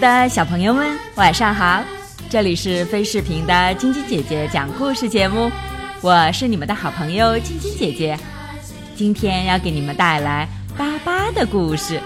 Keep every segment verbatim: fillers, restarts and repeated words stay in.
的小朋友们，晚上好！这里是飞视频的晶晶姐姐讲故事节目，我是你们的好朋友晶晶姐姐。今天要给你们带来巴巴的故事。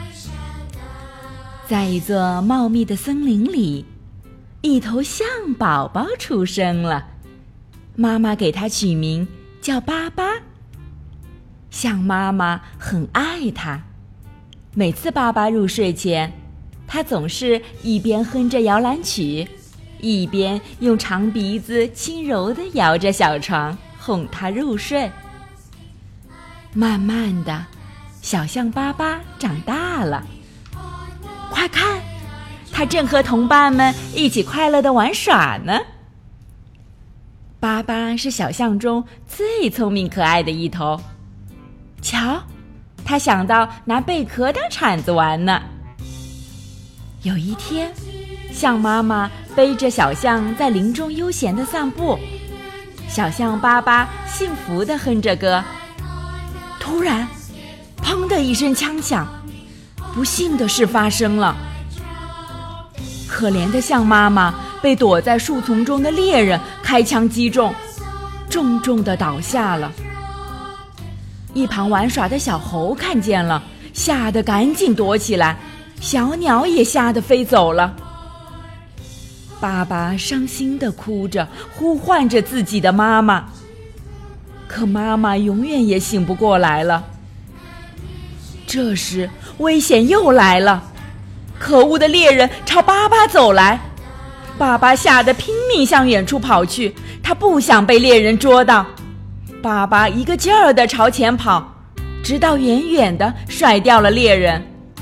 在一座茂密的森林里，一头象宝宝出生了，妈妈给它取名叫巴巴。象妈妈很爱它，每次巴巴入睡前，它总是一边哼着摇篮曲，一边用长鼻子轻柔地摇着小床，哄它入睡。慢慢的，小象巴巴长大了，快看，它正和同伴们一起快乐地玩耍呢。巴巴是小象中最聪明可爱的一头，瞧，他想到拿贝壳当铲子玩呢。有一天，象妈妈背着小象在林中悠闲地散步，小象巴巴幸福地哼着歌。突然，砰的一声枪响，不幸的事发生了。可怜的象妈妈被躲在树丛中的猎人开枪击中，重重地倒下了。一旁玩耍的小猴看见了，吓得赶紧躲起来，小鸟也吓得飞走了。爸爸伤心地哭着，呼唤着自己的妈妈，可妈妈永远也醒不过来了。这时，危险又来了，可恶的猎人朝巴巴走来，爸爸吓得拼命向远处跑去，他不想被猎人捉到。爸爸一个劲儿地朝前跑，直到远远地甩掉了猎人。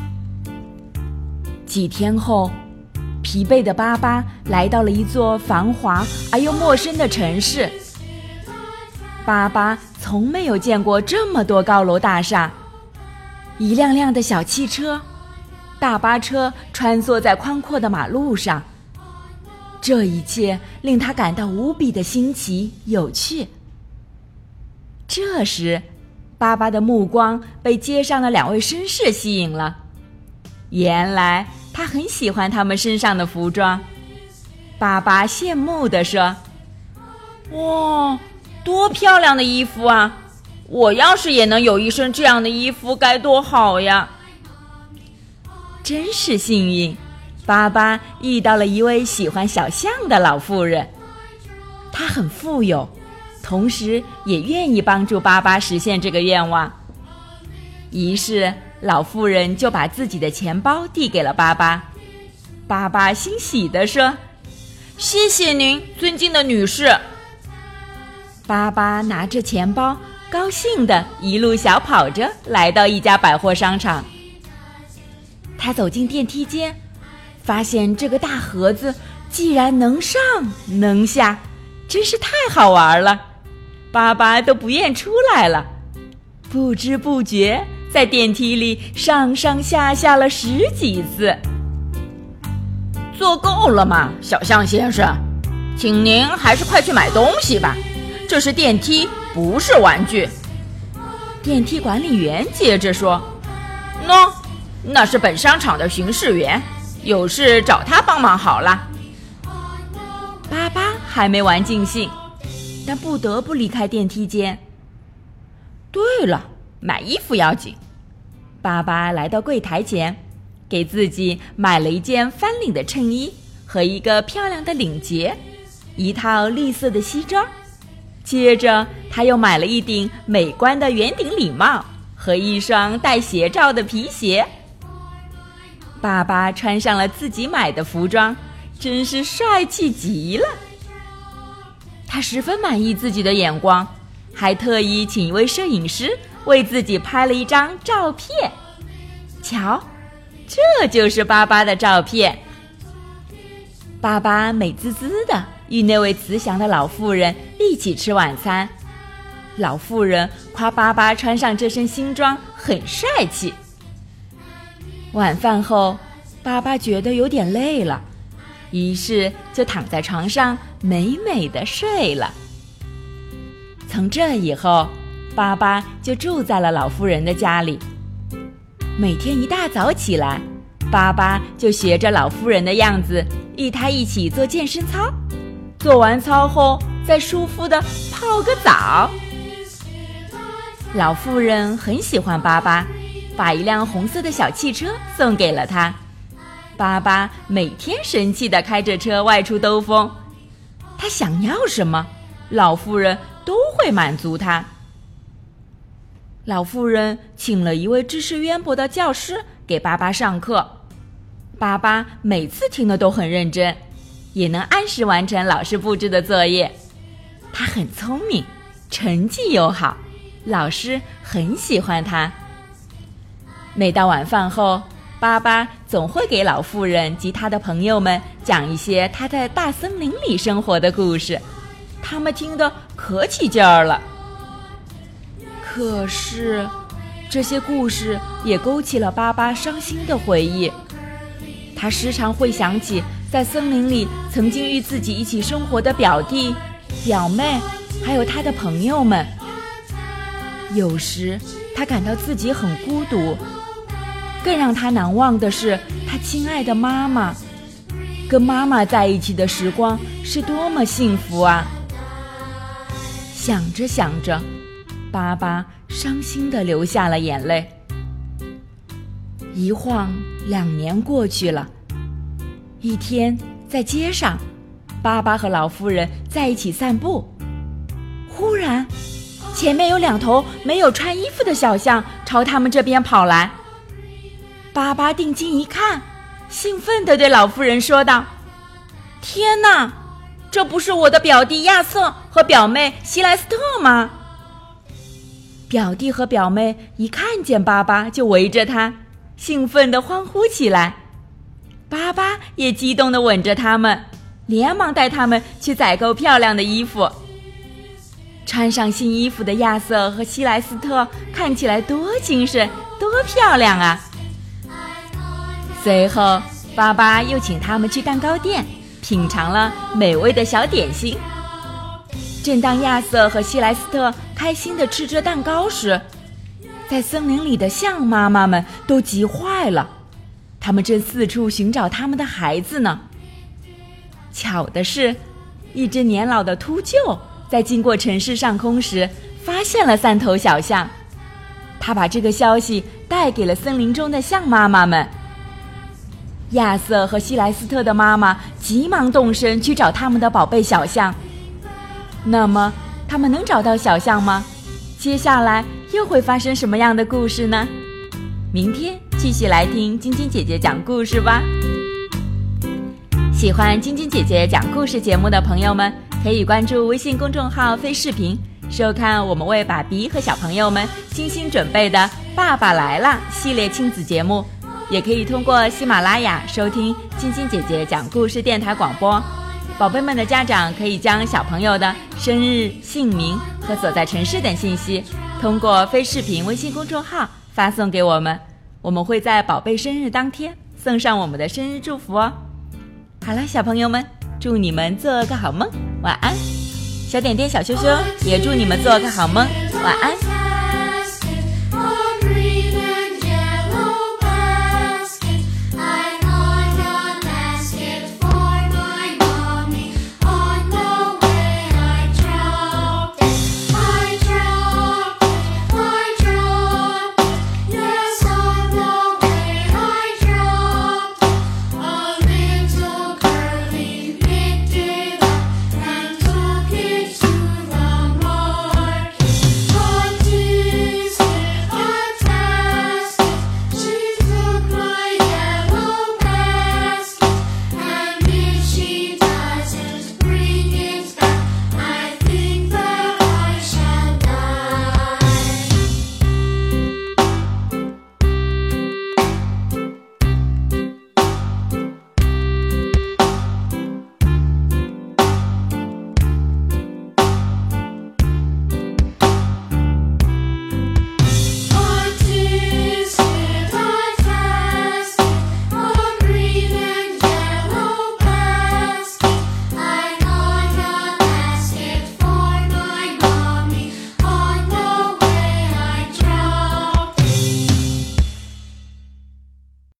几天后，疲惫的巴巴来到了一座繁华而又陌生的城市。巴巴从没有见过这么多高楼大厦，一辆辆的小汽车、大巴车穿梭在宽阔的马路上，这一切令他感到无比的新奇有趣。这时，巴巴的目光被街上的两位绅士吸引了。原来他很喜欢他们身上的服装。巴巴羡慕地说：哇，多漂亮的衣服啊！我要是也能有一身这样的衣服该多好呀！真是幸运，巴巴遇到了一位喜欢小象的老妇人。她很富有，同时也愿意帮助巴巴实现这个愿望。于是老妇人就把自己的钱包递给了巴巴。巴巴欣喜地说：谢谢您，尊敬的女士。巴巴拿着钱包，高兴地一路小跑着来到一家百货商场。他走进电梯间，发现这个大盒子既然能上能下，真是太好玩了。巴巴都不愿出来了，不知不觉在电梯里上上下下了十几次。坐够了吗，小象先生？请您还是快去买东西吧，这是电梯，不是玩具。电梯管理员接着说：喏，那是本商场的巡视员，有事找他帮忙好了。巴巴还没玩尽兴，但不得不离开电梯间。对了，买衣服要紧。巴巴来到柜台前，给自己买了一件翻领的衬衣和一个漂亮的领结，一套绿色的西装。接着他又买了一顶美观的圆顶礼帽和一双带斜罩的皮鞋。爸爸穿上了自己买的服装，真是帅气极了。他十分满意自己的眼光，还特意请一位摄影师为自己拍了一张照片。瞧，这就是巴巴的照片。巴巴美滋滋的与那位慈祥的老妇人一起吃晚餐。老妇人夸巴巴穿上这身新装很帅气。晚饭后，巴巴觉得有点累了，于是就躺在床上美美的睡了。从这以后，巴巴就住在了老妇人的家里。每天一大早起来， 巴巴就学着老妇人的样子，与他一起做健身操，做完操后再舒服地泡个澡。老妇人很喜欢巴巴，把一辆红色的小汽车送给了他。巴巴每天神气地开着车外出兜风，他想要什么，老妇人都会满足他。老妇人请了一位知识渊博的教师给巴巴上课，巴巴每次听得都很认真，也能按时完成老师布置的作业。他很聪明，成绩又好，老师很喜欢他。每到晚饭后，巴巴总会给老妇人及他的朋友们讲一些他在大森林里生活的故事，他们听得可起劲儿了。可是这些故事也勾起了巴巴伤心的回忆，他时常会想起在森林里曾经与自己一起生活的表弟、表妹，还有他的朋友们。有时他感到自己很孤独，更让他难忘的是他亲爱的妈妈，跟妈妈在一起的时光是多么幸福啊！想着想着，巴巴伤心地流下了眼泪。一晃两年过去了，一天在街上，巴巴和老妇人在一起散步，忽然前面有两头没有穿衣服的小象朝他们这边跑来。巴巴定睛一看，兴奋地对老妇人说道：天哪，这不是我的表弟亚瑟和表妹希莱斯特吗？表弟和表妹一看见巴巴就围着他，兴奋地欢呼起来。巴巴也激动地吻着他们，连忙带他们去采购漂亮的衣服。穿上新衣服的亚瑟和希莱斯特看起来多精神，多漂亮啊！随后巴巴又请他们去蛋糕店品尝了美味的小点心。正当亚瑟和希莱斯特开心地吃着蛋糕时，在森林里的象妈妈们都急坏了，他们正四处寻找他们的孩子呢。巧的是，一只年老的秃鹫在经过城市上空时发现了三头小象，他把这个消息带给了森林中的象妈妈们。亚瑟和希莱斯特的妈妈急忙动身去找他们的宝贝小象。那么他们能找到小象吗？接下来又会发生什么样的故事呢？明天继续来听晶晶姐姐讲故事吧。喜欢晶晶姐姐讲故事节目的朋友们，可以关注微信公众号飞视频，收看我们为爸比和小朋友们精心准备的爸爸来啦系列亲子节目，也可以通过喜马拉雅收听晶晶姐姐讲故事电台广播。宝贝们的家长可以将小朋友的生日、姓名和所在城市等信息通过飞视频微信公众号发送给我们，我们会在宝贝生日当天送上我们的生日祝福哦。好了，小朋友们，祝你们做个好梦，晚安。小点点小羞羞也祝你们做个好梦，晚安。